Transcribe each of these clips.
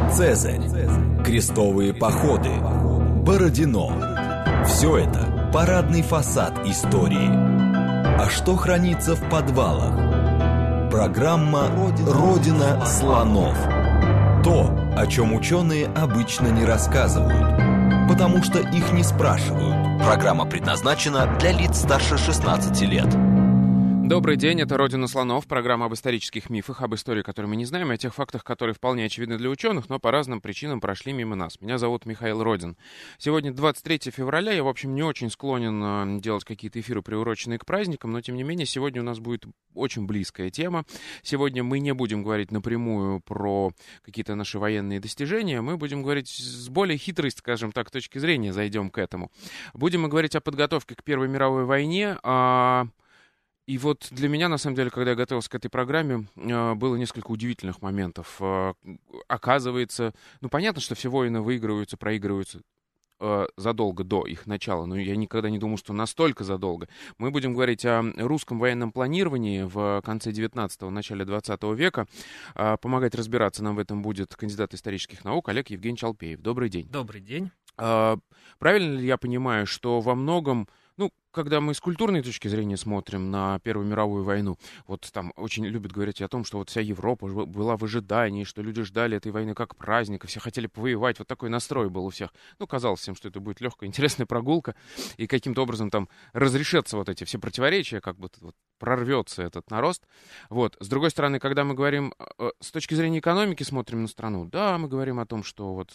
Цезарь, крестовые походы, Бородино. Все это парадный фасад истории. А что хранится в подвалах? Программа «Родина слонов». То, о чем ученые обычно не рассказывают, потому что их не спрашивают. Программа предназначена для лиц старше 16 лет. Добрый день, это «Родина слонов», программа об исторических мифах, об истории, которую мы не знаем, и о тех фактах, которые вполне очевидны для ученых, но по разным причинам прошли мимо нас. Меня зовут Михаил Родин. Сегодня 23 февраля, я, в общем, не очень склонен делать какие-то эфиры, приуроченные к праздникам, но, тем не менее, сегодня у нас будет очень близкая тема. Сегодня мы не будем говорить напрямую про какие-то наши военные достижения, мы будем говорить с более хитрой, скажем так, точки зрения, зайдем к этому. Будем мы говорить о подготовке к Первой мировой войне, И вот для меня, на самом деле, когда я готовился к этой программе, было несколько удивительных моментов. Оказывается, понятно, что все войны выигрываются, проигрываются задолго до их начала, но я никогда не думал, что настолько задолго. Мы будем говорить о русском военном планировании в конце 19-го, начале 20 века. Помогать разбираться нам в этом будет кандидат исторических наук Олег Евгеньевич Алпеев. Добрый день. Добрый день. Правильно ли я понимаю, что во многом, когда мы с культурной точки зрения смотрим на Первую мировую войну, вот там очень любят говорить о том, что вот вся Европа была в ожидании, что люди ждали этой войны как праздника, все хотели повоевать, вот такой настрой был у всех. Казалось всем, что это будет легкая, интересная прогулка, и каким-то образом там разрешатся вот эти все противоречия, как бы вот прорвется этот нарост. Вот. С другой стороны, когда мы говорим с точки зрения экономики, смотрим на страну, да, мы говорим о том, что вот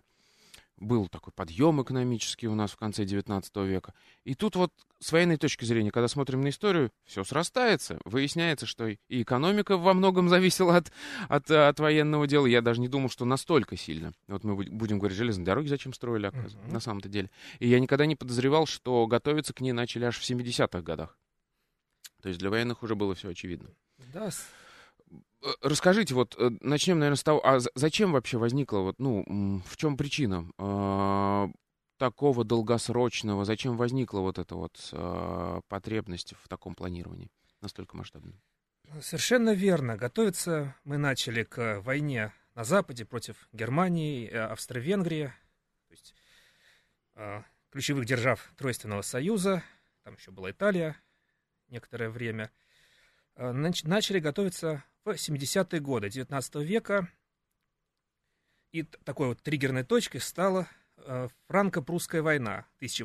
был такой подъем экономический у нас в конце 19 века. И тут вот с военной точки зрения, когда смотрим на историю, все срастается. Выясняется, что и экономика во многом зависела от военного дела. Я даже не думал, что настолько сильно. Вот мы будем говорить, железные дороги зачем строили, оказывается, на самом-то деле. И я никогда не подозревал, что готовиться к ней начали аж в 70-х годах. То есть для военных уже было все очевидно. Да. Расскажите, вот начнем, наверное, с того, зачем вообще возникла, в чем причина такого долгосрочного, зачем возникла вот эта вот потребность в таком планировании настолько масштабном? Совершенно верно. Готовиться мы начали к войне на Западе против Германии, Австро-Венгрии, то есть ключевых держав Тройственного Союза, там еще была Италия некоторое время. Начали готовиться в 70-е годы 19 века, и такой вот триггерной точкой стала франко-прусская война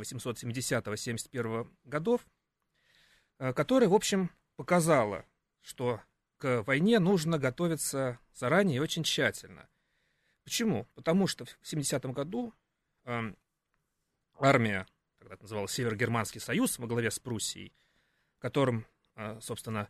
1870-71 годов, которая, в общем, показала, что к войне нужно готовиться заранее и очень тщательно. Почему? Потому что в 70-м году армия, тогда это называлась Северо-Германский союз во главе с Пруссией, которым, собственно,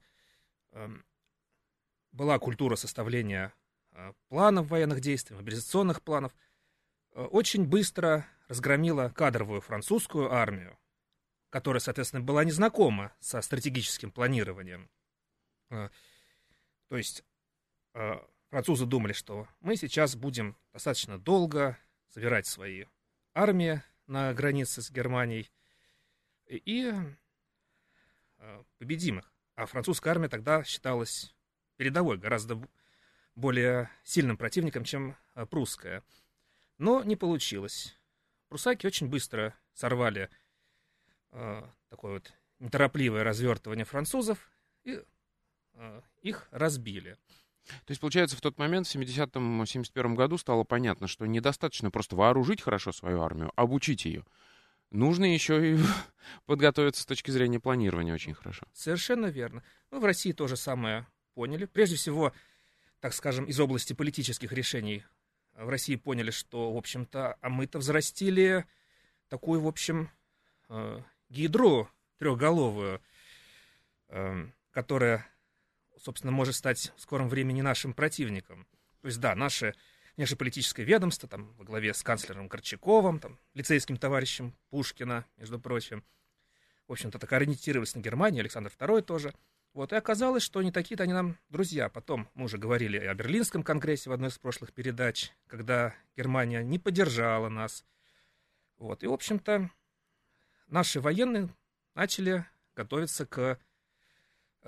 была культура составления планов военных действий, мобилизационных планов, очень быстро разгромила кадровую французскую армию, которая, соответственно, была незнакома со стратегическим планированием. То есть французы думали, что мы сейчас будем достаточно долго собирать свои армии на границе с Германией и победим их. А французская армия тогда считалась передовой, гораздо более сильным противником, чем прусская. Но не получилось. Прусаки очень быстро сорвали такое вот неторопливое развертывание французов и их разбили. То есть, получается, в тот момент, в 70-м, 71 году стало понятно, что недостаточно просто вооружить хорошо свою армию, обучить ее. Нужно еще и подготовиться с точки зрения планирования очень хорошо. Совершенно верно. В России то же самое поняли. Прежде всего, так скажем, из области политических решений в России поняли, что, в общем-то, мы-то взрастили такую, в общем, гидру трехголовую, которая, собственно, может стать в скором времени нашим противником. То есть, да, наше внешнеполитическое ведомство, там, во главе с канцлером Корчаковым, там, лицейским товарищем Пушкина, между прочим, в общем-то, так ориентировались на Германию, Александр II тоже. Вот, и оказалось, что не такие-то они нам друзья. Потом мы уже говорили о Берлинском конгрессе в одной из прошлых передач, когда Германия не поддержала нас. Вот, и, в общем-то, наши военные начали готовиться к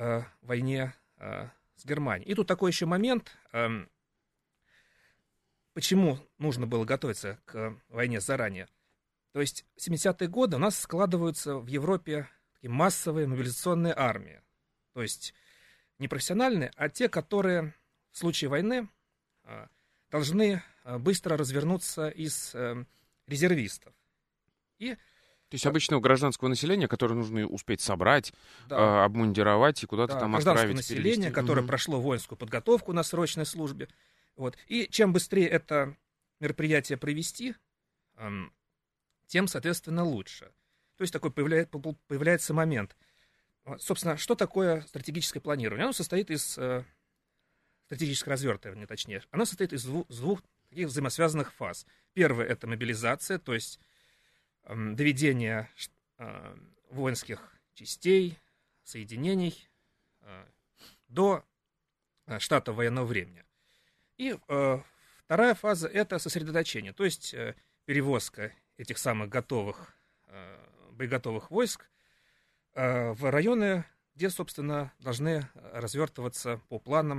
войне с Германией. И тут такой еще момент. почему нужно было готовиться к войне заранее? То есть в 70-е годы у нас складываются в Европе такие массовые мобилизационные армии. То есть не профессиональные, а те, которые в случае войны должны быстро развернуться из резервистов. То есть обычного гражданского населения, которое нужно успеть собрать, обмундировать и куда-то там отправить, гражданское население, которое прошло воинскую подготовку на срочной службе. Вот. И чем быстрее это мероприятие провести, тем, соответственно, лучше. То есть такой появляется момент. Собственно, что такое стратегическое планирование? Оно состоит из стратегическое развертывание, точнее. Оно состоит из двух таких взаимосвязанных фаз. Первая — это мобилизация, то есть доведение воинских частей, соединений до штата военного времени. И вторая фаза — это сосредоточение, то есть перевозка этих самых боеготовых войск в районы, где, собственно, должны развертываться по планам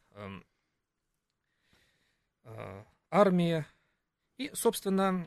армии. И, собственно,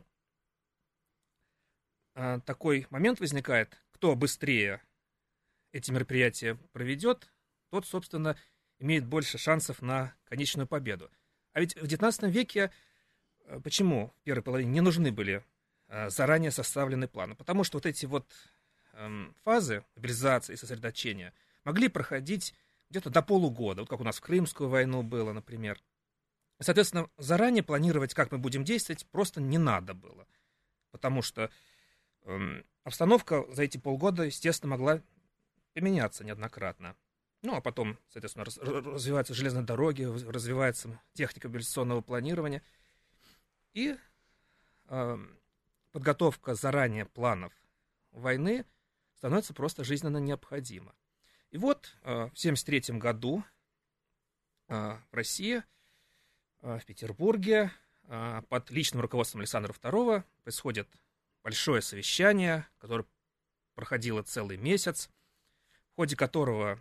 такой момент возникает: кто быстрее эти мероприятия проведет, тот, собственно, имеет больше шансов на конечную победу. А ведь в XIX веке почему в первой половине не нужны были заранее составленные планы? Потому что вот эти вот фазы мобилизации и сосредоточения могли проходить где-то до полугода, вот как у нас в Крымскую войну было, например. Соответственно, заранее планировать, как мы будем действовать, просто не надо было, потому что обстановка за эти полгода, естественно, могла поменяться неоднократно. Ну, а потом, соответственно, развиваются железные дороги, развивается техника мобилизационного планирования. И подготовка заранее планов войны становится просто жизненно необходима. И вот в 1973 году в России, в Петербурге, под личным руководством Александра II происходит большое совещание, которое проходило целый месяц, в ходе которого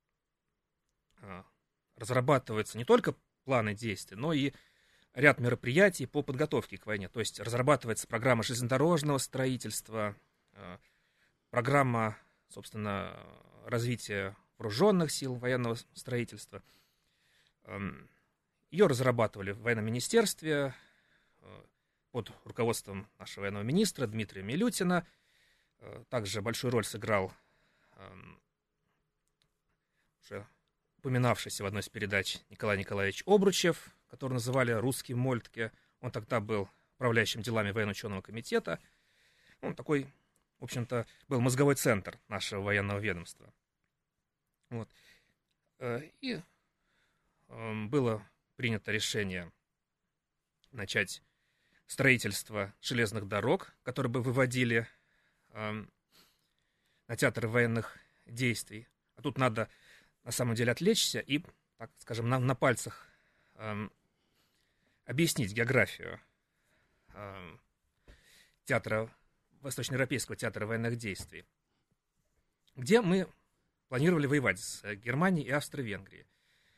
разрабатываются не только планы действий, но и ряд мероприятий по подготовке к войне. То есть разрабатывается программа железнодорожного строительства, программа, собственно, развития вооруженных сил, военного строительства. Ее разрабатывали в военном министерстве под руководством нашего военного министра Дмитрия Милютина. Также большую роль сыграл уже упоминавшийся в одной из передач Николай Николаевич Обручев, которого называли русский Мольтке. Он тогда был управляющим делами военно-ученого комитета. Он такой, в общем-то, был мозговой центр нашего военного ведомства. Вот. И было принято решение начать строительство железных дорог, которые бы выводили на театры военных действий. А тут надо, на самом деле, отвлечься и, так скажем, на пальцах объяснить географию театра, Восточноевропейского театра военных действий, где мы планировали воевать с Германией и Австро-Венгрией.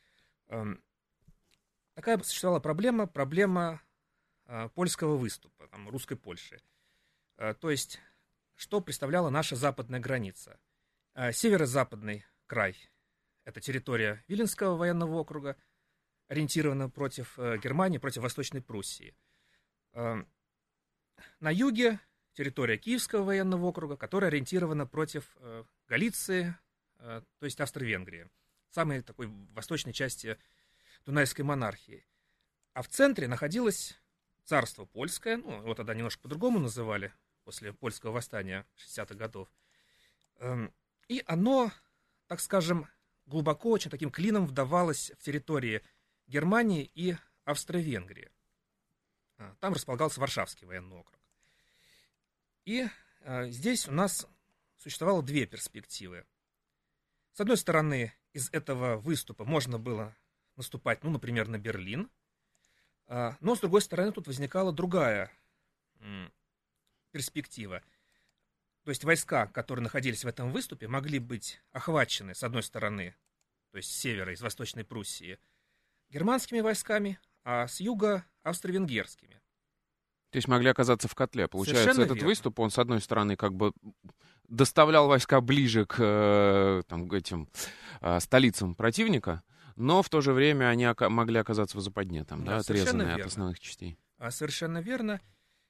Такая существовала проблема польского выступа, там, русской Польши. То есть, что представляла наша западная граница? Северо-западный край — это территория Виленского военного округа, ориентирована против Германии, против Восточной Пруссии. На юге территория Киевского военного округа, которая ориентирована против Галиции, то есть Австро-Венгрии, самой такой восточной части Дунайской монархии. А в центре находилось царство польское, ну, его тогда немножко по-другому называли, после польского восстания 60-х годов. И оно, так скажем, глубоко, очень таким клином вдавалось в территории Германии и Австро-Венгрии. Там располагался Варшавский военный округ. И здесь у нас существовало две перспективы. С одной стороны, из этого выступа можно было наступать, ну, например, на Берлин, но, с другой стороны, тут возникала другая перспектива. То есть войска, которые находились в этом выступе, могли быть охвачены, с одной стороны, то есть с севера, из Восточной Пруссии, германскими войсками, а с юга австро-венгерскими. То есть могли оказаться в котле. Получается, Совершенно этот верно. выступ, он, с одной стороны, как бы доставлял войска ближе к этим столицам противника, но в то же время они могли оказаться в западне, там, Да, да, совершенно отрезанные от верно. основных частей. Совершенно верно.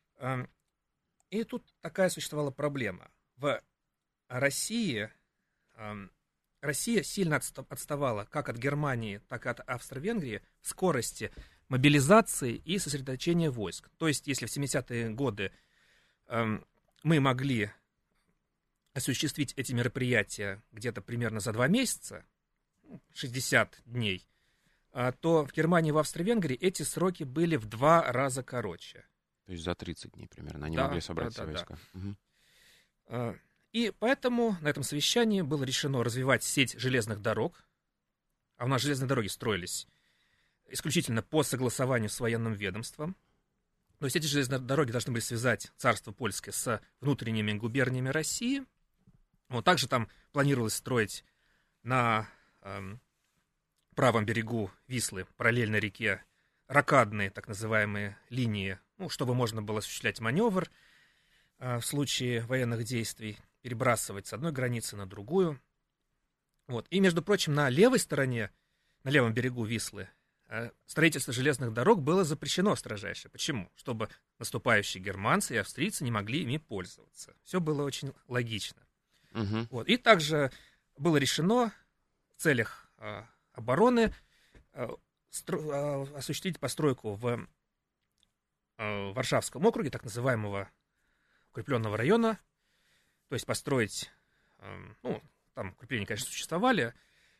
И тут такая существовала проблема. В России Россия сильно отставала как от Германии, так и от Австро-Венгрии в скорости мобилизации и сосредоточения войск. То есть, если в 70-е годы мы могли осуществить эти мероприятия где-то примерно за 2 месяца, 60 дней, то в Германии и в Австро-Венгрии эти сроки были в 2 раза короче. То есть за 30 дней примерно они Да, могли собрать да, все да, войска. Угу. И поэтому на этом совещании было решено развивать сеть железных дорог. А у нас железные дороги строились исключительно по согласованию с военным ведомством. То есть эти железные дороги должны были связать царство польское с внутренними губерниями России. Вот также там планировалось строить на правом берегу Вислы, параллельно реке, рокадные так называемые линии, чтобы можно было осуществлять маневр в случае военных действий, перебрасывать с одной границы на другую. Вот. И, между прочим, на левой стороне, на левом берегу Вислы, строительство железных дорог было запрещено строжайше. Почему? Чтобы наступающие германцы и австрийцы не могли ими пользоваться. Все было очень логично. Угу. Вот. И также было решено в целях обороны осуществить постройку в Варшавском округе, так называемого укрепленного района, то есть построить, там укрепления, конечно, существовали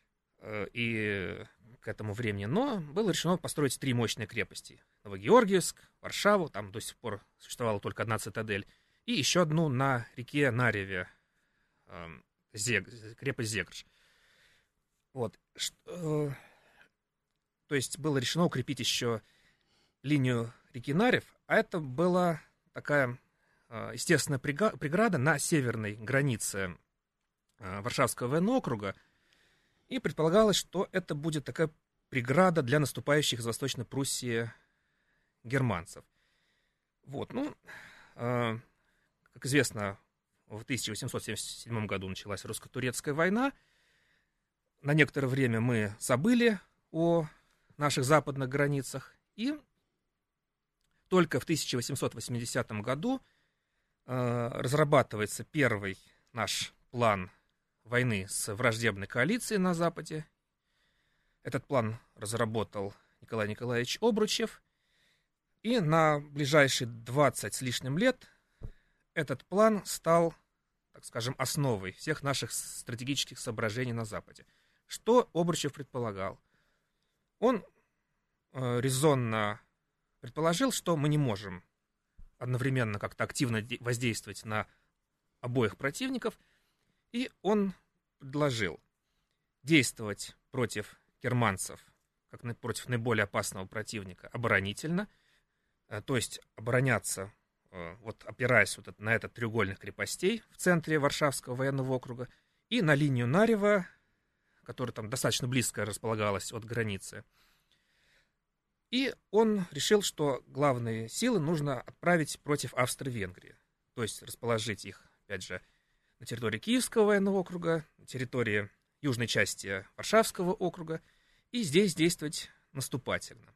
и к этому времени, но было решено построить 3 мощные крепости. Новогеоргиевск, Варшаву, там до сих пор существовала только одна цитадель, и еще одну на реке Нареве, крепость Зегрш. Вот. То есть было решено укрепить еще линию реки Нарев, а это была такая естественная преграда на северной границе Варшавского военного округа, и предполагалось, что это будет такая преграда для наступающих из Восточной Пруссии германцев. Вот, как известно, в 1877 году началась русско-турецкая война. На некоторое время мы забыли о наших западных границах, и только в 1880 году разрабатывается первый наш план войны с враждебной коалицией на Западе. Этот план разработал Николай Николаевич Обручев, и на ближайшие 20 с лишним лет этот план стал, так скажем, основой всех наших стратегических соображений на Западе. Что Обручев предполагал? Он резонно предположил, что мы не можем одновременно как-то активно воздействовать на обоих противников, и он предложил действовать против германцев, как против наиболее опасного противника, оборонительно, то есть обороняться, опираясь на этот треугольник крепостей в центре Варшавского военного округа, и на линию Нарева, которая там достаточно близко располагалась от границы. И он решил, что главные силы нужно отправить против Австро-Венгрии, то есть расположить их, опять же, на территории Киевского военного округа, на территории южной части Варшавского округа, и здесь действовать наступательно.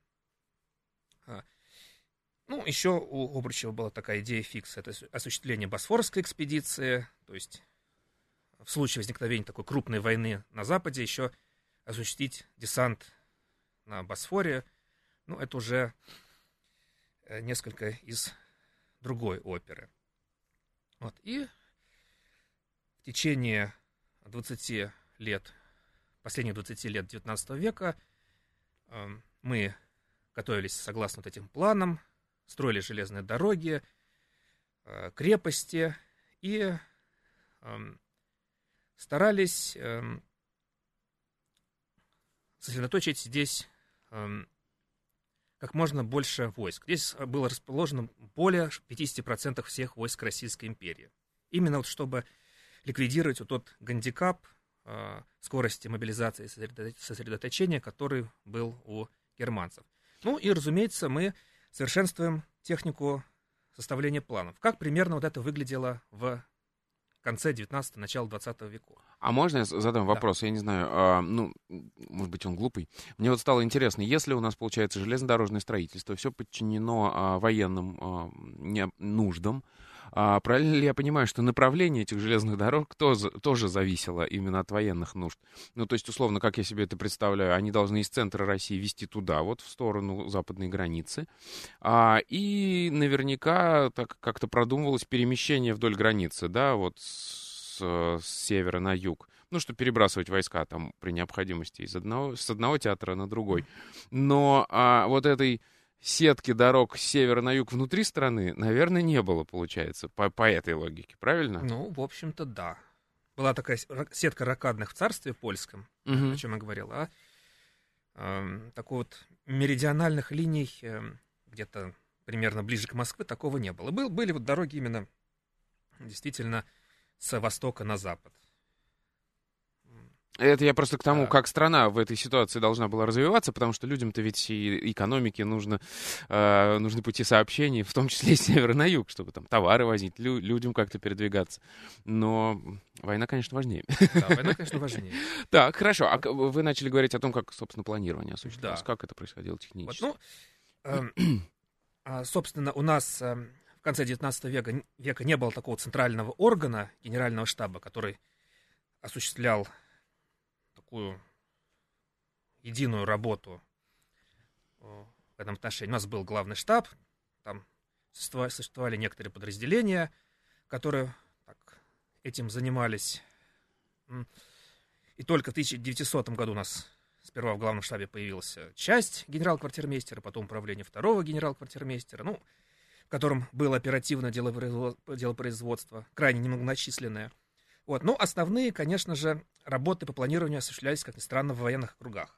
Еще у Обручева была такая идея фикс, это осуществление Босфорской экспедиции, то есть в случае возникновения такой крупной войны на Западе еще осуществить десант на Босфоре. Это уже несколько из другой оперы. И в течение 20 лет, последних 20 лет XIX века мы готовились согласно этим планам, строили железные дороги, крепости и старались сосредоточить здесь как можно больше войск. Здесь было расположено более 50% всех войск Российской империи. Именно чтобы ликвидировать тот гандикап скорости мобилизации и сосредоточения, который был у германцев. Ну и, разумеется, мы совершенствуем технику составления планов. Как примерно вот это выглядело в конце 19-го, начало 20 веков. А можно я задам вопрос? Да. Я не знаю, может быть, он глупый. Мне вот стало интересно, если у нас, получается, железнодорожное строительство, все подчинено военным нуждам, правильно ли я понимаю, что направление этих железных дорог тоже зависело именно от военных нужд? Ну, то есть, условно, как я себе это представляю, они должны из центра России вести туда, вот в сторону западной границы, и наверняка так как-то продумывалось перемещение вдоль границы, да, вот с севера на юг, ну, чтобы перебрасывать войска там при необходимости с одного театра на другой. Но вот этой сетки дорог с севера на юг внутри страны, наверное, не было, получается, по этой логике, правильно? Ну, в общем-то, да. Была такая сетка рокадных в царстве польском, о чем я говорил, такой вот меридиональных линий где-то примерно ближе к Москве такого не было. Были вот дороги именно действительно с востока на запад. Это я просто к тому, как страна в этой ситуации должна была развиваться, потому что людям-то ведь и экономике нужны пути сообщений, в том числе и с севера на юг, чтобы там товары возить, людям как-то передвигаться. Но война, конечно, важнее. Да, война, конечно, важнее. Так, хорошо. А вы начали говорить о том, как, собственно, планирование осуществлялось. Да. Как это происходило технически? Вот, собственно, у нас в конце 19 века не было такого центрального органа, генерального штаба, который осуществлял такую единую работу в этом отношении. У нас был главный штаб, там существовали некоторые подразделения, которые этим занимались. И только в 1900 году у нас сперва в главном штабе появилась часть генерал-квартирмейстера, потом управление второго генерал-квартирмейстера, в котором было оперативное делопроизводство, крайне немногочисленное. Вот. Но основные, конечно же, работы по планированию осуществлялись, как ни странно, в военных округах.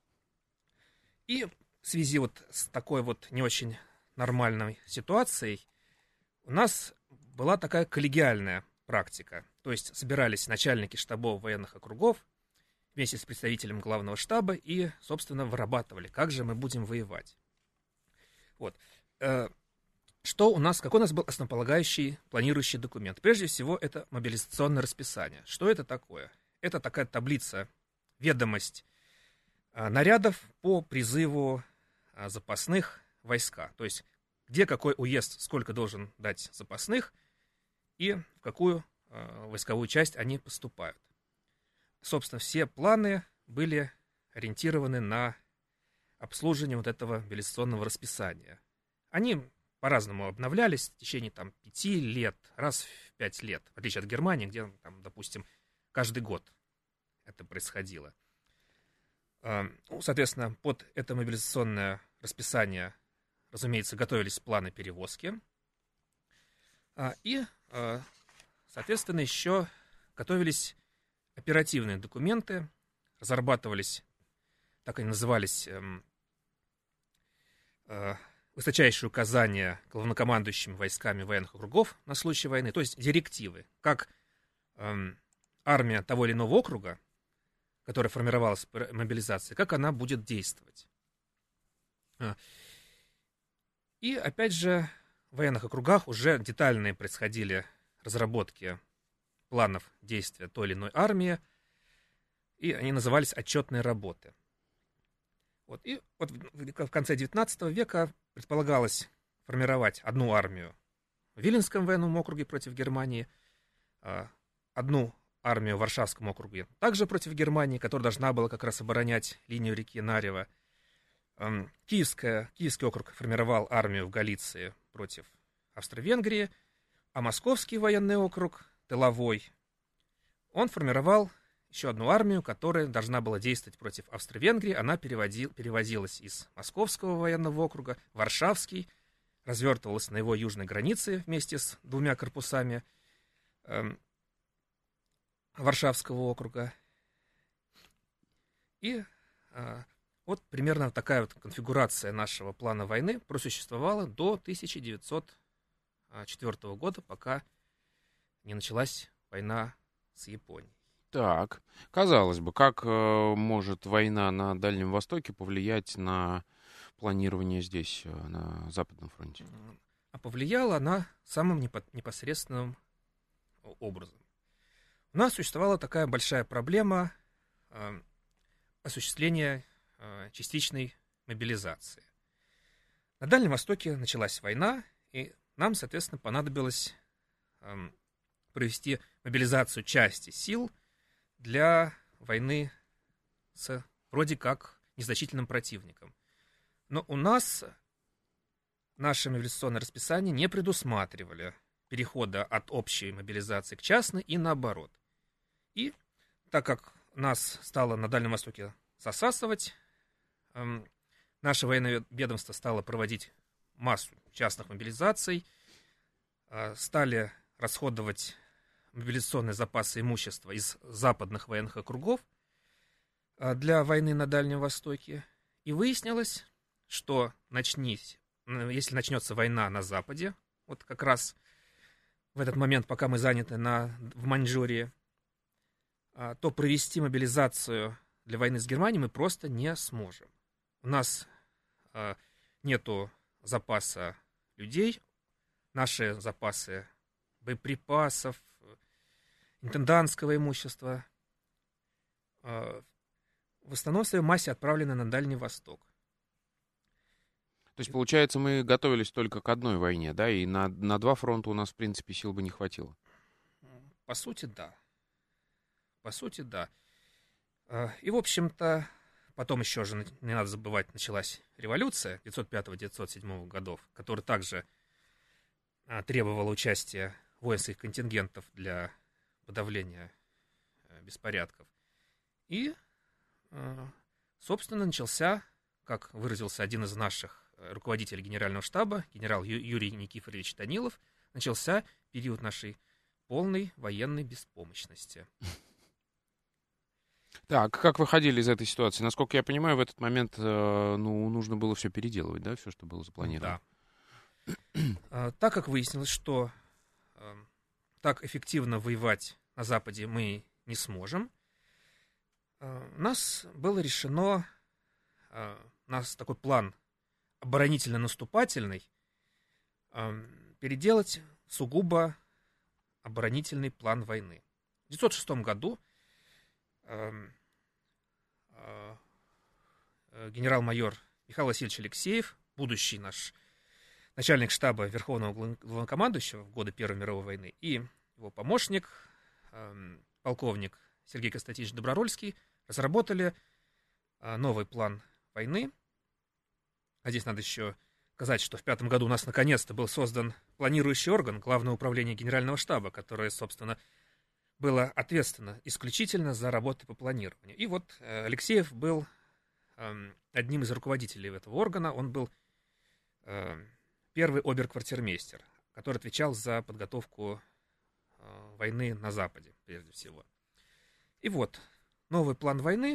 И в связи вот с такой вот не очень нормальной ситуацией у нас была такая коллегиальная практика. То есть собирались начальники штабов военных округов вместе с представителем главного штаба и, собственно, вырабатывали, как же мы будем воевать. Вот. Какой у нас был основополагающий планирующий документ? Прежде всего, это мобилизационное расписание. Что это такое? Это такая таблица, ведомость нарядов по призыву запасных войска. То есть, где какой уезд, сколько должен дать запасных и в какую войсковую часть они поступают. Собственно, все планы были ориентированы на обслуживание вот этого мобилизационного расписания. Они по-разному обновлялись в течение 5 лет, раз в 5 лет, в отличие от Германии, где, допустим, каждый год это происходило. Соответственно, под это мобилизационное расписание, разумеется, готовились планы перевозки. И, соответственно, еще готовились оперативные документы, разрабатывались, так они назывались, высочайшие указания главнокомандующим войсками военных округов на случай войны, то есть директивы, как армия того или иного округа, которая формировалась при мобилизации, как она будет действовать. И, опять же, в военных округах уже детальные происходили разработки планов действия той или иной армии, и они назывались отчетные работы. И в конце XIX века предполагалось формировать одну армию в Виленском военном округе против Германии, одну армию в Варшавском округе также против Германии, которая должна была как раз оборонять линию реки Нарева. Киевский округ формировал армию в Галиции против Австро-Венгрии, а Московский военный округ, тыловой, он формировал еще одну армию, которая должна была действовать против Австро-Венгрии. Она перевозилась из Московского военного округа в Варшавский, развертывалась на его южной границе вместе с 2 корпусами Варшавского округа. И вот примерно такая вот конфигурация нашего плана войны просуществовала до 1904 года, пока не началась война с Японией. Так, казалось бы, как может война на Дальнем Востоке повлиять на планирование здесь, на Западном фронте? А повлияла она самым непосредственным образом. У нас существовала такая большая проблема осуществления частичной мобилизации. На Дальнем Востоке началась война, и нам, соответственно, понадобилось провести мобилизацию части сил для войны с вроде как незначительным противником. Но у нас наше мобилизационное расписание не предусматривали перехода от общей мобилизации к частной и наоборот. И так как нас стало на Дальнем Востоке засасывать, наше военное ведомство стало проводить массу частных мобилизаций, стали расходовать мобилизационные запасы имущества из западных военных округов для войны на Дальнем Востоке. И выяснилось, что если начнется война на Западе, вот как раз в этот момент, пока мы заняты в Маньчжурии, то провести мобилизацию для войны с Германией мы просто не сможем. У нас нету запаса людей, наши запасы боеприпасов, интендантского имущества в основном в своей массе отправлены на Дальний Восток. То есть, получается, мы готовились только к одной войне, да, и на два фронта у нас, в принципе, сил бы не хватило? По сути, да. По сути, да. И, в общем-то, потом еще же, не надо забывать, началась революция 1905-1907 годов, которая также требовала участия воинских контингентов для подавления беспорядков. И, собственно, начался, как выразился один из наших руководителей Генерального штаба, генерал Юрий Никифорович Данилов, начался период нашей полной военной беспомощности. Так, как выходили из этой ситуации? Насколько я понимаю, в этот момент нужно было все переделывать, да, все, что было запланировано? Да. Так как выяснилось, что так эффективно воевать на Западе мы не сможем, у нас было решено, у нас такой план оборонительно-наступательный, переделать сугубо оборонительный план войны. В 1906 году генерал-майор Михаил Васильевич Алексеев, будущий наш начальник штаба Верховного Главнокомандующего в годы Первой мировой войны, и его помощник, полковник Сергей Константинович Добророльский, разработали новый план войны. А здесь надо еще сказать, что в 1905 году у нас наконец-то был создан планирующий орган Главного управления Генерального штаба, которое, собственно, было ответственно исключительно за работу по планированию. И вот Алексеев был одним из руководителей этого органа. Он был первый обер-квартирмейстер, который отвечал за подготовку войны на Западе, прежде всего. И вот новый план войны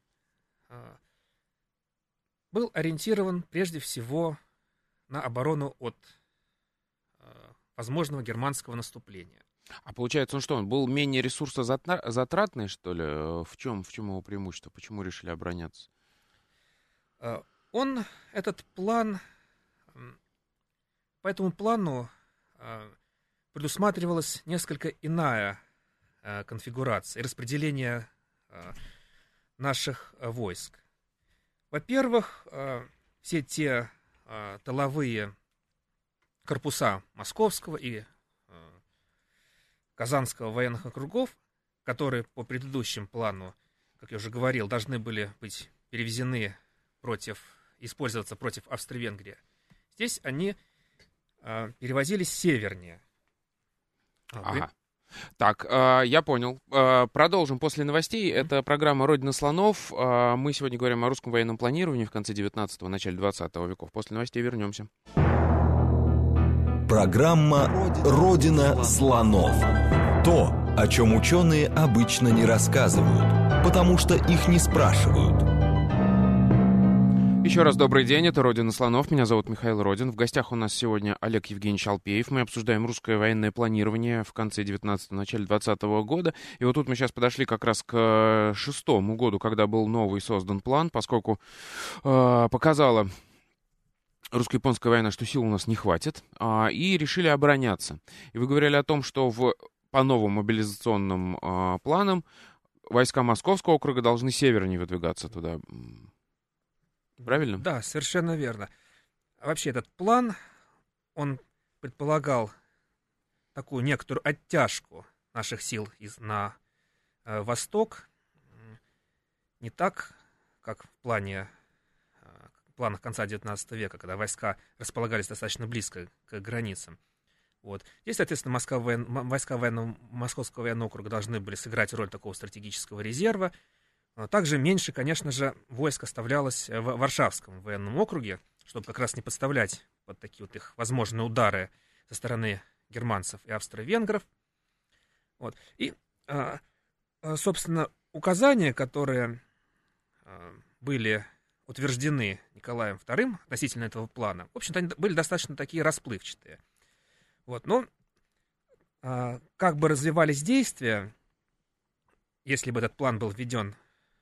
был ориентирован прежде всего на оборону от возможного германского наступления. А получается, он был менее ресурсозатратный, что ли? В чем его преимущество? Почему решили обороняться? Этот план, по этому плану предусматривалась несколько иная конфигурация и распределение наших войск. Во-первых, все те тыловые корпуса Московского и Казанского военных округов, которые по предыдущему плану, как я уже говорил, должны были быть перевезены использоваться против Австро-Венгрии. Здесь они перевозились севернее. Ага. Так, я понял. Продолжим после новостей. Это программа «Родина слонов». Мы сегодня говорим о русском военном планировании в конце 19-го, начале 20 веков. После новостей вернемся. Программа «Родина слонов». То, о чем ученые обычно не рассказывают, потому что их не спрашивают. Еще раз добрый день, это «Родина слонов», меня зовут Михаил Родин. В гостях у нас сегодня Олег Евгеньевич Алпеев. Мы обсуждаем русское военное планирование в конце 19-го, начале 20-го года. И вот тут мы сейчас подошли как раз к 6-му году, когда был новый создан план, поскольку показала русско-японская война, что сил у нас не хватит, и решили обороняться. И вы говорили о том, что по новым мобилизационным планам войска Московского округа должны севернее выдвигаться туда. Правильно? Да, совершенно верно. Вообще этот план, он предполагал такую некоторую оттяжку наших сил на восток. Не так, как в планах конца XIX века, когда войска располагались достаточно близко к границам. Вот. Здесь, соответственно, войска Московского военного округа должны были сыграть роль такого стратегического резерва. Также меньше, конечно же, войск оставлялось в Варшавском военном округе, чтобы как раз не подставлять под такие вот их возможные удары со стороны германцев и австро-венгров. Вот. И, собственно, указания, которые были утверждены Николаем II относительно этого плана, в общем-то, они были достаточно такие расплывчатые. Вот. Но как бы развивались действия, если бы этот план был введен,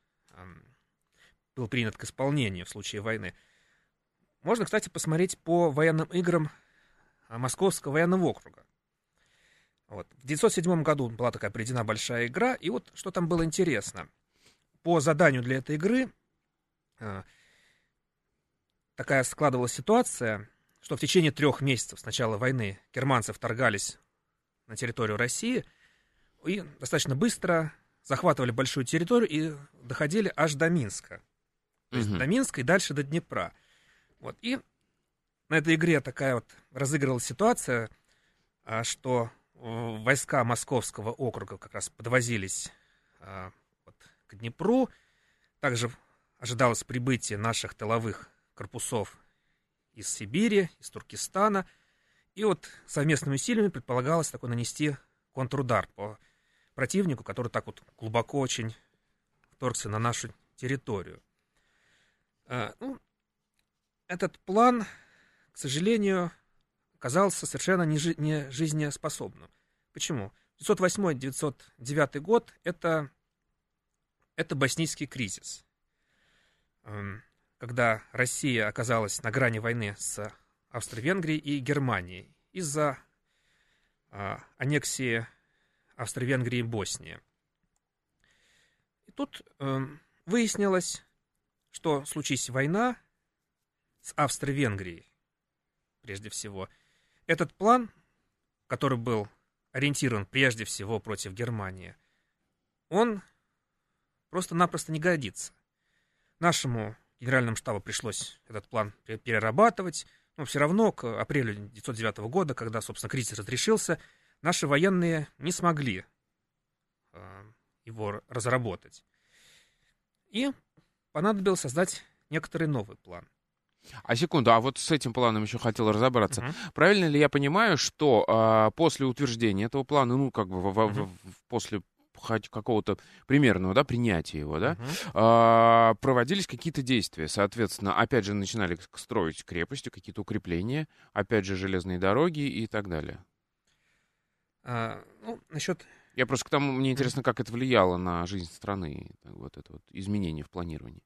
был принят к исполнению в случае войны, можно, кстати, посмотреть по военным играм Московского военного округа. Вот. В 1907 году была такая проведена большая игра, и вот что там было интересно. По заданию для этой игры такая складывалась ситуация, что в течение 3 месяцев с начала войны германцы вторгались на территорию России и достаточно быстро захватывали большую территорию и доходили аж до Минска. То есть до Минска и дальше до Днепра. Вот. И на этой игре такая вот разыгрывалась ситуация, что войска Московского округа как раз подвозились к Днепру. Также ожидалось прибытие наших тыловых корпусов из Сибири, из Туркестана. И вот совместными усилиями предполагалось такой нанести контрудар по противнику, который так вот глубоко очень вторгся на нашу территорию. Этот план, к сожалению, оказался совершенно не жизнеспособным. Почему? 1908-1909 год — это боснийский кризис, когда Россия оказалась на грани войны с Австро-Венгрией и Германией из-за аннексии Австро-Венгрии и Боснии. И тут выяснилось, что случись война с Австро-Венгрией, прежде всего, этот план, который был ориентирован прежде всего против Германии, он просто-напросто не годится. Нашему генеральному штабу пришлось этот план перерабатывать, но все равно к апрелю 1909 года, когда, собственно, кризис разрешился, наши военные не смогли его разработать. И понадобилось создать некоторый новый план. Секунду, а вот с этим планом еще хотел разобраться. Правильно ли я понимаю, что после утверждения этого плана, ну, как бы после какого-то примерного, принятия его, проводились какие-то действия, соответственно, опять же, начинали строить крепости, какие-то укрепления, опять же, железные дороги и так далее? Насчет... Я просто к тому, мне интересно, как это влияло на жизнь страны, вот это вот изменение в планировании.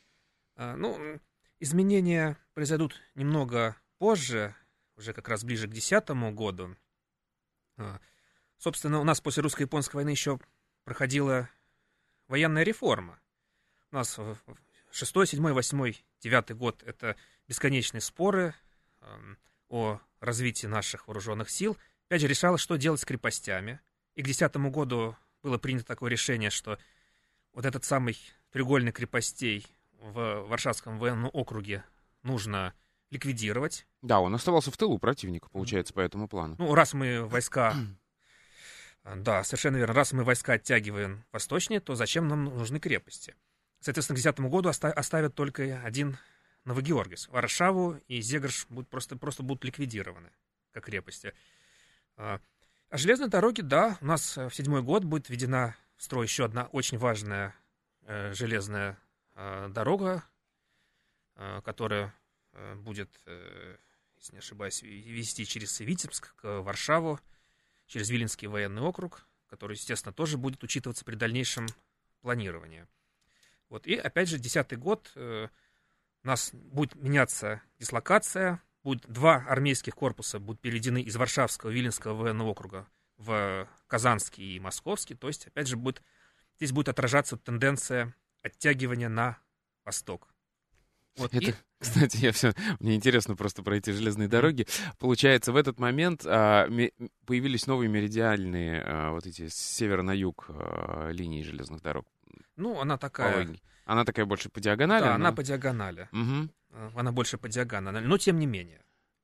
Изменения произойдут немного позже, уже как раз ближе к 2010 году. Собственно, у нас после русско-японской войны еще проходила военная реформа. У нас 6, 7, 8, 9 год — это бесконечные споры о развитии наших вооруженных сил. Опять же, решалось, что делать с крепостями. И к 2010 году было принято такое решение, что вот этот самый треугольник крепостей в Варшавском военном округе нужно ликвидировать. Да, он оставался в тылу противника, получается, по этому плану. Раз мы войска... Да, совершенно верно. Раз мы войска оттягиваем восточнее, то зачем нам нужны крепости? Соответственно, к 2010 году оставят только один Новогеоргиевск. Варшаву и Зегрш просто будут ликвидированы как крепости. А железные дороги, да, у нас в 2007 год будет введена в строй еще одна очень важная железная дорога, которая будет, если не ошибаюсь, вести через Витебск к Варшаву, через Виленский военный округ, который, естественно, тоже будет учитываться при дальнейшем планировании. Вот. И, опять же, 2010 год у нас будет меняться дислокация, будет 2 армейских корпуса будут переведены из Варшавского и Виленского военного округа в Казанский и Московский. То есть, опять же, здесь будет отражаться тенденция оттягивания на восток. Вот. Кстати, мне интересно просто про эти железные дороги. Получается, в этот момент появились новые меридиальные вот эти с севера на юг линии железных дорог. Ну, она такая... Она такая больше по диагонали? Да, она по диагонали. Угу. Она больше по диагонали, но тем не менее.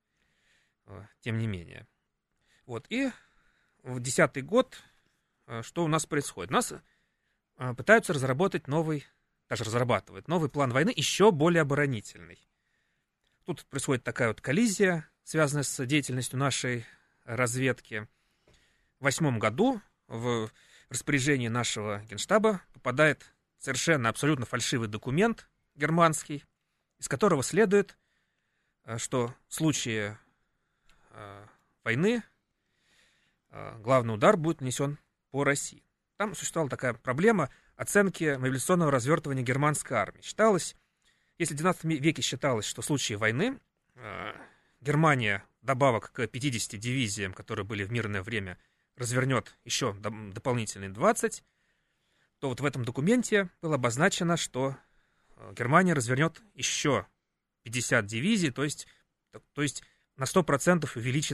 Вот, и в 2010 год что у нас происходит? У нас пытаются разработать разрабатывают новый план войны, еще более оборонительный. Тут происходит такая вот коллизия, связанная с деятельностью нашей разведки. В 2008 году в распоряжение нашего генштаба попадает совершенно абсолютно фальшивый документ германский, из которого следует, что в случае войны главный удар будет нанесен по России. Там существовала такая проблема оценки мобилизационного развертывания германской армии. Если в XIX веке считалось, что в случае войны Германия, добавок к 50 дивизиям, которые были в мирное время, развернет еще дополнительные 20, то вот в этом документе было обозначено, что Германия развернет еще 50 дивизий, то есть на 100% увеличит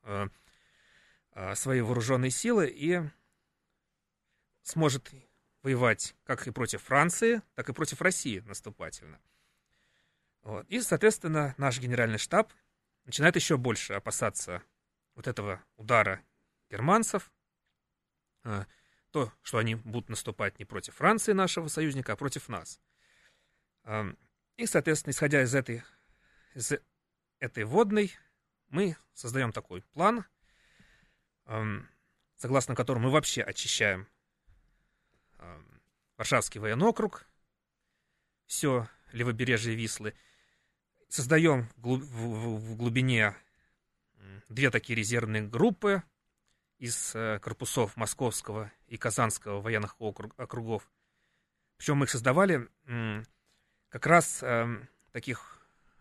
свои вооруженные силы и сможет воевать как и против Франции, так и против России наступательно. Вот. И, соответственно, наш генеральный штаб начинает еще больше опасаться вот этого удара германцев, то, что они будут наступать не против Франции, нашего союзника, а против нас. И, соответственно, исходя из этой вводной, мы создаем такой план, согласно которому мы вообще очищаем Варшавский военный округ, все левобережье Вислы, создаем в глубине 2 такие резервные группы из корпусов Московского и Казанского военных округов. Причем мы их создавали как раз в таких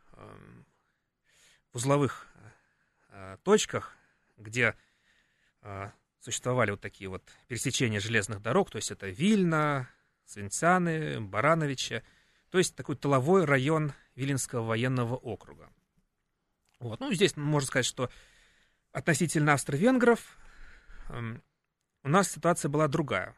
узловых точках, где существовали вот такие вот пересечения железных дорог, то есть это Вильна, Свинцаны, Барановичи, то есть такой тыловой район Виленского военного округа. Вот. Ну, здесь можно сказать, что относительно австро-венгров у нас ситуация была другая.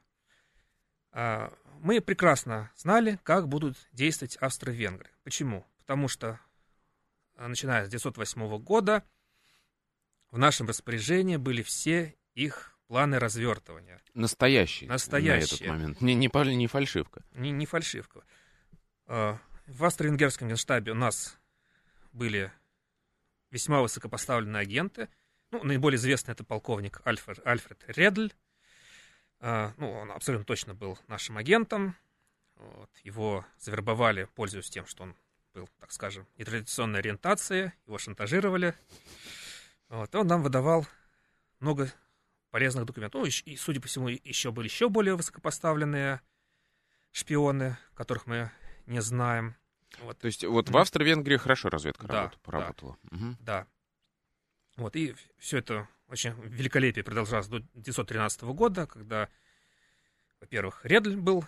Мы прекрасно знали, как будут действовать австро-венгры. Почему? Потому что, начиная с 1908 года, в нашем распоряжении были все их планы развертывания. Настоящие. На этот момент. Не фальшивка. Не фальшивка. В австро-венгерском генштабе у нас были весьма высокопоставленные агенты. Ну, наиболее известный это полковник Альфред Редль. Он абсолютно точно был нашим агентом. Вот. Его завербовали, пользуясь тем, что он был, так скажем, нетрадиционной ориентации. Его шантажировали. Вот. И он нам выдавал много полезных документов. Ну, и, судя по всему, были еще более высокопоставленные шпионы, которых мы не знаем. Вот. То есть вот в Австро-Венгрии хорошо разведка поработала. Да. Угу. Да. Вот, и все это очень великолепие продолжалось до 1913 года, когда, во-первых, Редль был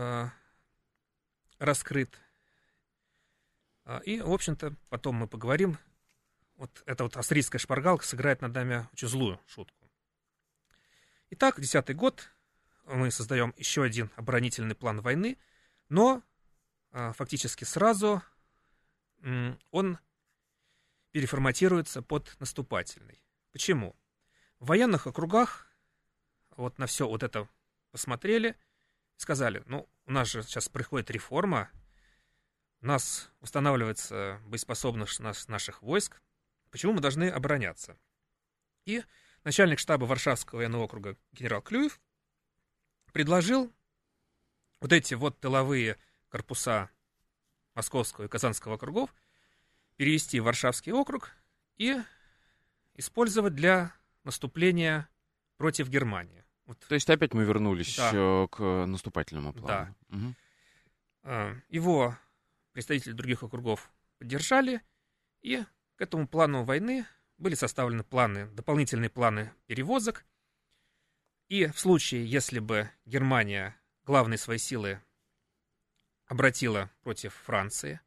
раскрыт. И, в общем-то, потом мы поговорим. Вот эта вот австрийская шпаргалка сыграет над нами очень злую шутку. Итак, 2010 год. Мы создаем еще один оборонительный план войны, но фактически сразу он переформатируется под наступательный. Почему? В военных округах вот на все вот это посмотрели и сказали, у нас же сейчас происходит реформа, у нас устанавливается боеспособность наших войск, почему мы должны обороняться? И начальник штаба Варшавского военного округа генерал Клюев предложил вот эти вот тыловые корпуса Московского и Казанского округов перевести в Варшавский округ и использовать для наступления против Германии. Вот. То есть опять мы вернулись к наступательному плану. Да. Его представители других округов поддержали, и к этому плану войны были составлены дополнительные планы перевозок. И в случае, если бы Германия главные свои силы обратила против Франции,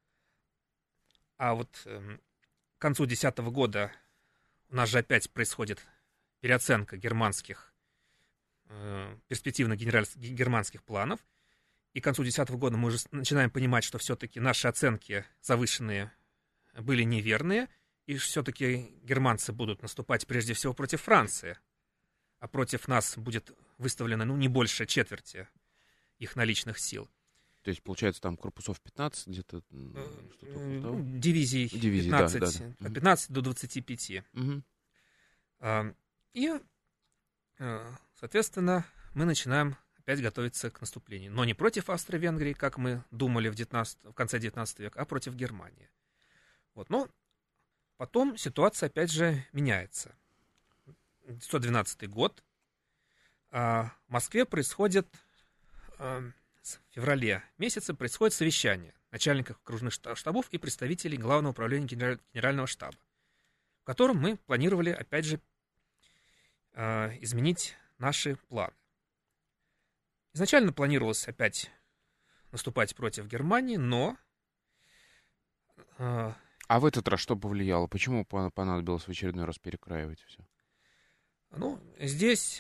а вот к концу 2010 года у нас же опять происходит переоценка перспективных германских планов, и к концу 2010 года мы уже начинаем понимать, что все-таки наши оценки завышенные были неверные, и все-таки германцы будут наступать прежде всего против Франции, а против нас будет выставлено не больше четверти их наличных сил. То есть, получается, там корпусов 15 где-то? Дивизий 15, от 15 до 25. Угу. И, соответственно, мы начинаем опять готовиться к наступлению. Но не против Австро-Венгрии, как мы думали в конце 19 века, а против Германии. Вот. Но потом ситуация опять же меняется. 1912 год. В Москве происходит, в феврале месяце происходит совещание начальников окружных штабов и представителей Главного управления Генерального штаба, в котором мы планировали, опять же, изменить наши планы. Изначально планировалось опять наступать против Германии, но... А в этот раз что повлияло? Почему понадобилось в очередной раз перекраивать все? Ну, здесь,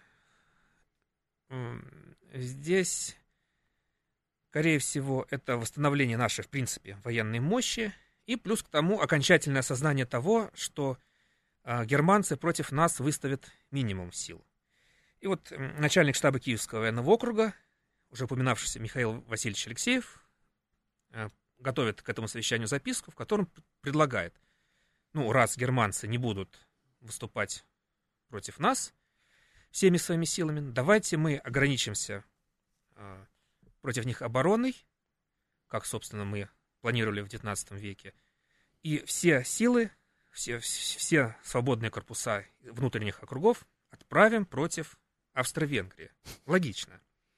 скорее всего, это восстановление нашей, в принципе, военной мощи, и плюс к тому окончательное осознание того, что германцы против нас выставят минимум сил. И вот начальник штаба Киевского военного округа, уже упоминавшийся Михаил Васильевич Алексеев, готовит к этому совещанию записку, в котором предлагает, раз германцы не будут выступать против нас всеми своими силами, давайте мы ограничимся против них обороной, как, собственно, мы планировали в XIX веке, и все силы, все свободные корпуса внутренних округов отправим против Австро-Венгрии. Логично.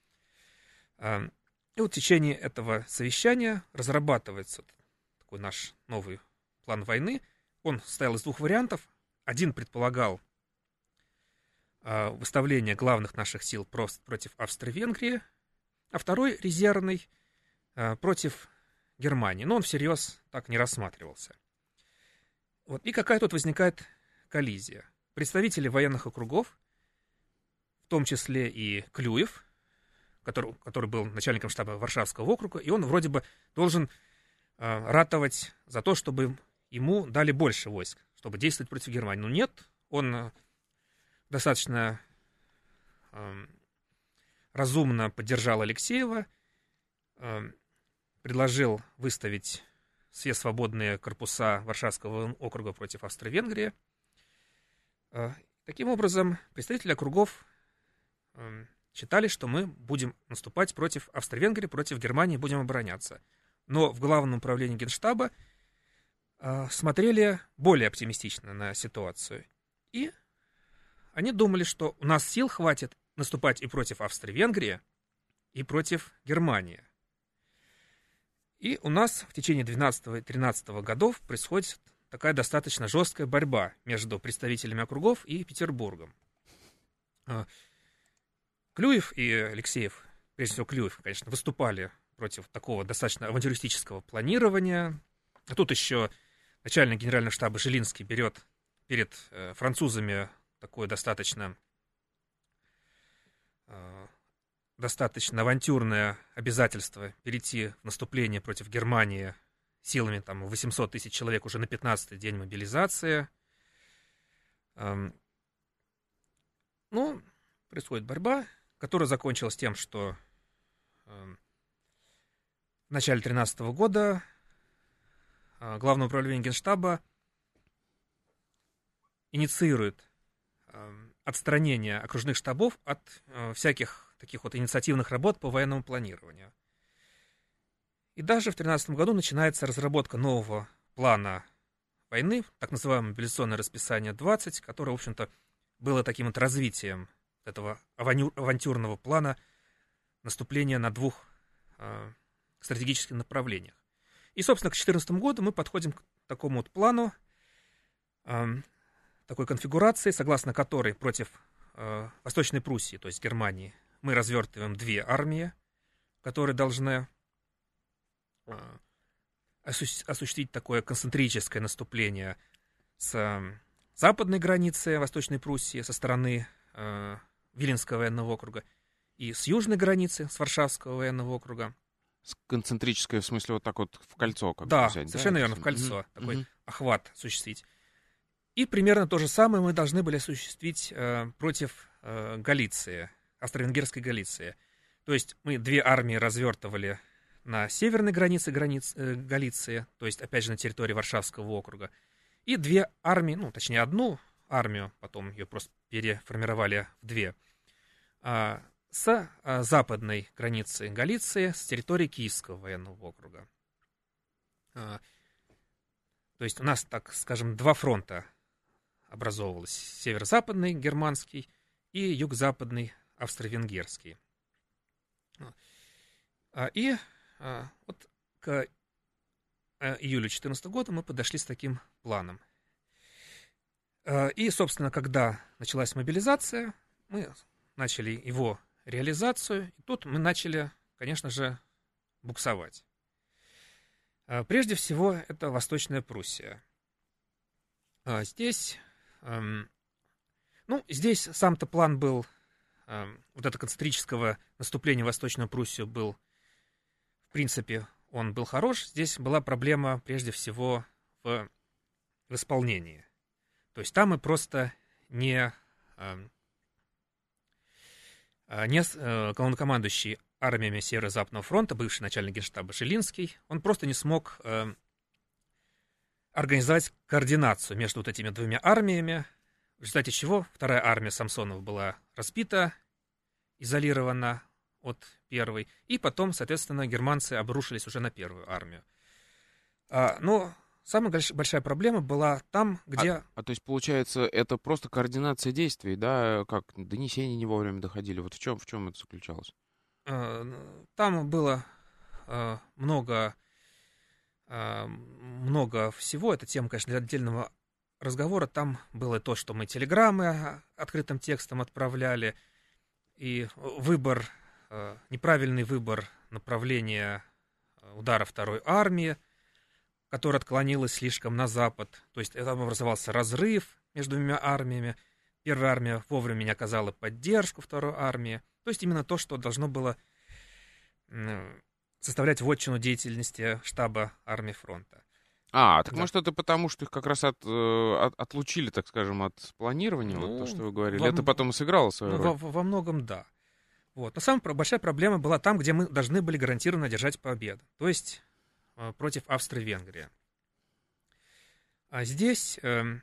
И вот в течение этого совещания разрабатывается такой наш новый план войны. Он состоял из двух вариантов. Один предполагал выставление главных наших сил против Австро-Венгрии, а второй резервный против Германии. Но он всерьез так не рассматривался. Вот. И какая тут возникает коллизия. Представители военных округов, в том числе и Клюев, который был начальником штаба Варшавского округа, и он вроде бы должен ратовать за то, чтобы ему дали больше войск, чтобы действовать против Германии. Но нет, он достаточно разумно поддержал Алексеева, предложил выставить все свободные корпуса Варшавского округа против Австро-Венгрии. Таким образом, представители округов считали, что мы будем наступать против Австро-Венгрии, против Германии, будем обороняться. Но в Главном управлении Генштаба смотрели более оптимистично на ситуацию. И они думали, что у нас сил хватит наступать и против Австро-Венгрии, и против Германии. И у нас в течение 12 и 13 годов происходит такая достаточно жесткая борьба между представителями округов и Петербургом. Клюев и Алексеев, прежде всего Клюев, конечно, выступали против такого достаточно авантюристического планирования. А тут еще начальник генерального штаба Жилинский берет перед французами такое достаточно авантюрное обязательство перейти в наступление против Германии силами 800 тысяч человек уже на 15-й день мобилизации. Происходит борьба, которая закончилась тем, что в начале 2013 года Главное управление Генштаба инициирует отстранение окружных штабов от всяких таких вот инициативных работ по военному планированию. И даже в 2013 году начинается разработка нового плана войны, так называемое мобилизационное расписание 20, которое, в общем-то, было таким вот развитием этого авантюрного плана наступления на двух стратегических направлениях. И, собственно, к 2014 году мы подходим к такому вот плану, такой конфигурации, согласно которой против Восточной Пруссии, то есть Германии, мы развертываем две армии, которые должны осуществить такое концентрическое наступление с западной границы Восточной Пруссии, со стороны Виленского военного округа, и с южной границы, с Варшавского военного округа. Концентрическое, в смысле, вот так вот в кольцо как да, бы взять, совершенно да? верно, в кольцо, такой охват осуществить. И примерно то же самое мы должны были осуществить против Галиции, австро-венгерской Галиции. То есть мы две армии развертывали на северной границе Галиции, то есть, опять же, на территории Варшавского округа, и две армии, ну, точнее, одну армию, потом ее просто переформировали в две, с западной границы Галиции, с территории Киевского военного округа. То есть у нас, так скажем, два фронта образовывалось: северо-западный германский и юго-западный австро-венгерский. И вот к июлю 2014 года мы подошли с таким планом. И, собственно, когда началась мобилизация, мы начали его реализацию, и тут мы начали, конечно же, буксовать. Прежде всего, это Восточная Пруссия. Здесь сам-то план был, вот это концентрического наступления в Восточную Пруссию был, в принципе, он был хорош. Здесь была проблема, прежде всего, в исполнении. То есть там мы просто главнокомандующий армиями Северо-Западного фронта, бывший начальник генштаба Жилинский, он просто не смог организовать координацию между вот этими двумя армиями, в результате чего вторая армия Самсонова была разбита, изолирована от первой, и потом, соответственно, германцы обрушились уже на первую армию. Но самая большая проблема была там, где... То есть, получается, это просто координация действий, да? Как донесения не вовремя доходили? Вот в чем это заключалось? Там было много всего. Это тема, конечно, для отдельного разговора. Там было то, что мы телеграммы открытым текстом отправляли, и неправильный выбор направления удара второй армии, которая отклонилась слишком на запад. То есть там образовался разрыв между двумя армиями. Первая армия вовремя не оказала поддержку второй армии. То есть именно то, что должно было составлять вотчину деятельности штаба армии фронта. Так да. Может, это потому, что их как раз отлучили, так скажем, от планирования, вот то, что вы говорили. Это потом и сыграло свою роль. Во многом, да. Вот. Но самая большая проблема была там, где мы должны были гарантированно одержать победу. То есть против Австро-Венгрии. А здесь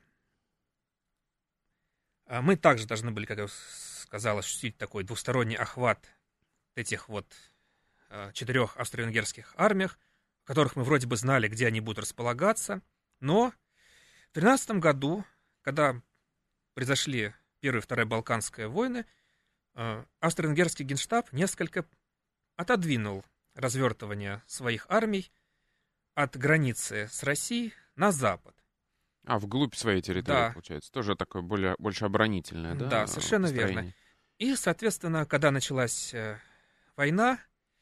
мы также должны были, как я сказал, осуществить такой двусторонний охват этих вот 4 австро-венгерских армиях, в которых мы вроде бы знали, где они будут располагаться. Но в 2013 году, когда произошли Первая и Вторая Балканская войны, австро-венгерский генштаб несколько отодвинул развертывание своих армий от границы с Россией на запад. Вглубь своей территории, да. Получается. Тоже такое больше оборонительное, да? Да, совершенно верно. И, соответственно, когда началась война,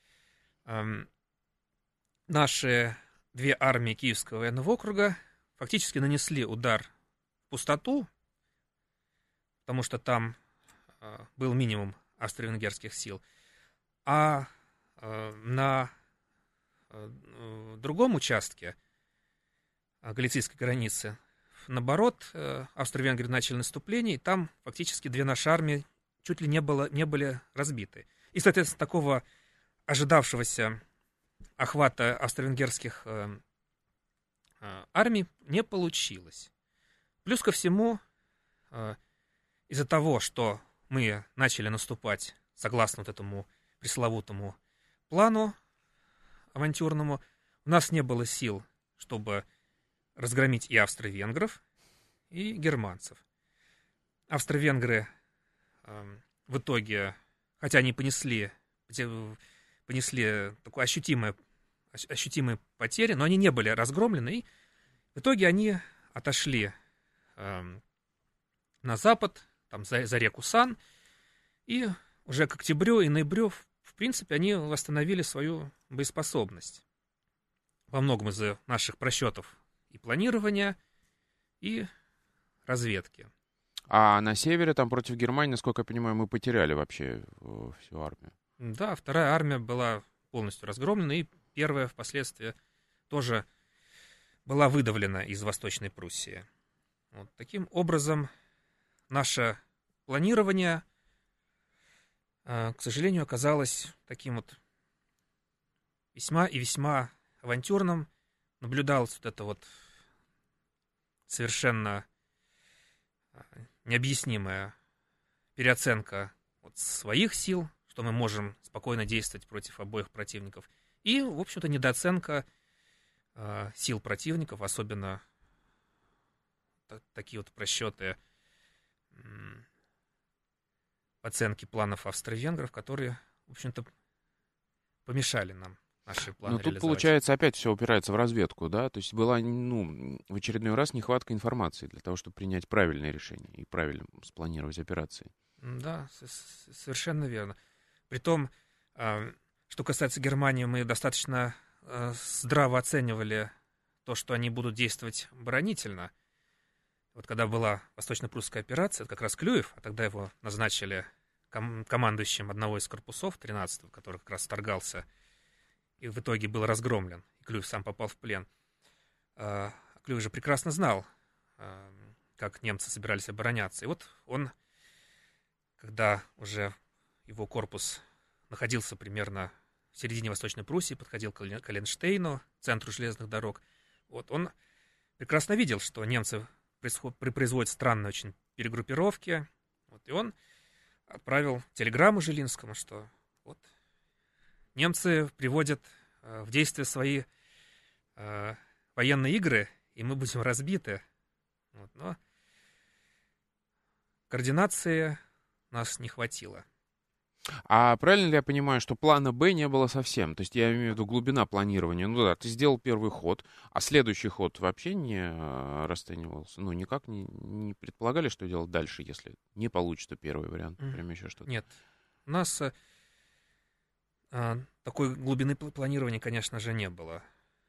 наши две армии Киевского военного округа фактически нанесли удар в пустоту, потому что там был минимум австро-венгерских сил. А на другом участке галицийской границы, наоборот, Австро-Венгрия начали наступление, и там фактически две наши армии чуть ли не были разбиты. И, соответственно, такого ожидавшегося охвата австро-венгерских армий не получилось. Плюс ко всему, из-за того, что мы начали наступать согласно вот этому пресловутому плану авантюрному, у нас не было сил, чтобы разгромить и австро-венгров, и германцев. Австро-венгры в итоге, хотя они понесли такое ощутимое ощутимые потери, но они не были разгромлены, и в итоге они отошли на запад, там за реку Сан, и уже к октябрю и ноябрю, в принципе, они восстановили свою боеспособность. Во многом из-за наших просчетов и планирования, и разведки. А на севере, там против Германии, насколько я понимаю, мы потеряли вообще всю армию. Да, вторая армия была полностью разгромлена, и первая впоследствии тоже была выдавлена из Восточной Пруссии. Вот таким образом, наше планирование, к сожалению, оказалось таким вот весьма и весьма авантюрным. Наблюдалась вот эта вот совершенно необъяснимая переоценка вот своих сил, что мы можем спокойно действовать против обоих противников, и, в общем-то, недооценка сил противников, особенно такие вот просчеты оценки планов австро-венгров, которые, в общем-то, помешали нам наши планы Но тут, реализовать. получается, опять все упирается в разведку, да? То есть была, в очередной раз нехватка информации для того, чтобы принять правильное решение и правильно спланировать операции. Да, совершенно верно. Притом, что касается Германии, мы достаточно здраво оценивали то, что они будут действовать оборонительно. Вот когда была Восточно-Прусская операция, это как раз Клюев, а тогда его назначили командующим одного из корпусов, 13-го, который как раз вторгался, и в итоге был разгромлен. И Клюев сам попал в плен. Клюев же прекрасно знал, как немцы собирались обороняться. И вот он, когда уже его корпус находился примерно в середине Восточной Пруссии, подходил к Ленштейну, центру железных дорог, вот он прекрасно видел, что немцы производят странные очень перегруппировки. Вот, и он отправил телеграмму Жилинскому, что вот немцы приводят в действие свои военные игры, и мы будем разбиты. Вот, но координации нас не хватило. А правильно ли я понимаю, что плана «Б» не было совсем? То есть я имею в виду глубина планирования. Ну да, ты сделал первый ход, а следующий ход вообще не расценивался? Ну, никак не предполагали, что делать дальше, если не получится первый вариант, прям еще что-то? Нет. У нас такой глубины планирования, конечно же, не было.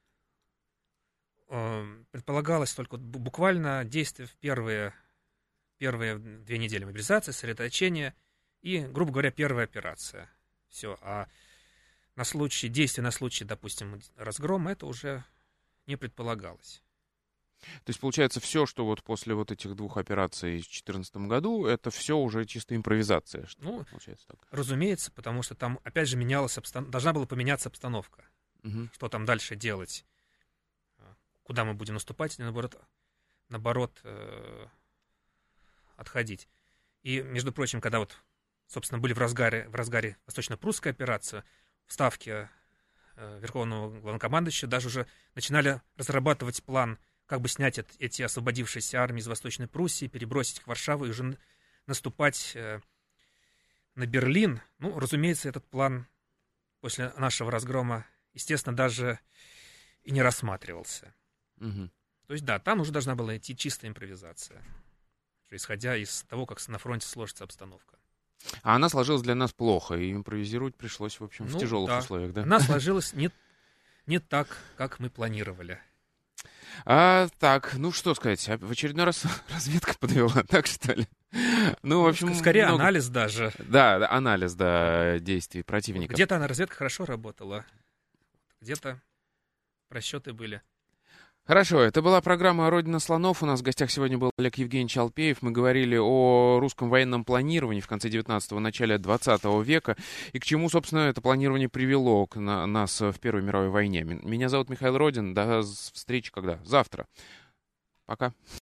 Предполагалось только буквально действия в первые 2 недели мобилизации, сосредоточения и, грубо говоря, первая операция. Все. А на случай действия, на случай, допустим, разгрома, это уже не предполагалось. То есть, получается, все, что вот после вот этих 2 операций в 2014 году, это все уже чисто импровизация, что получается так? Разумеется, потому что там, опять же, должна была поменяться обстановка. Угу. Что там дальше делать? Куда мы будем наступать, или наоборот отходить. И, между прочим, когда вот, собственно, были в разгаре Восточно-Прусская операция, в Ставке Верховного Главнокомандующего даже уже начинали разрабатывать план, как бы снять эти освободившиеся армии из Восточной Пруссии, перебросить их в Варшаву и уже наступать на Берлин. Ну, разумеется, этот план после нашего разгрома, естественно, даже и не рассматривался. Угу. То есть, да, там уже должна была идти чистая импровизация, исходя из того, как на фронте сложится обстановка. А она сложилась для нас плохо, и импровизировать пришлось, в общем, в тяжелых условиях, да? Она сложилась не так, как мы планировали. Так, ну что сказать, в очередной раз разведка подвела, так что ли? Ну, в общем, скорее анализ даже. Да, анализ, да, действий противника. Где-то разведка хорошо работала, где-то просчеты были. Хорошо, это была программа «Родина слонов». У нас в гостях сегодня был Олег Евгеньевич Алпеев. Мы говорили о русском военном планировании в конце 19-го, начале 20 века. И к чему, собственно, это планирование привело нас в Первой мировой войне. Меня зовут Михаил Родин. До встречи когда? Завтра. Пока.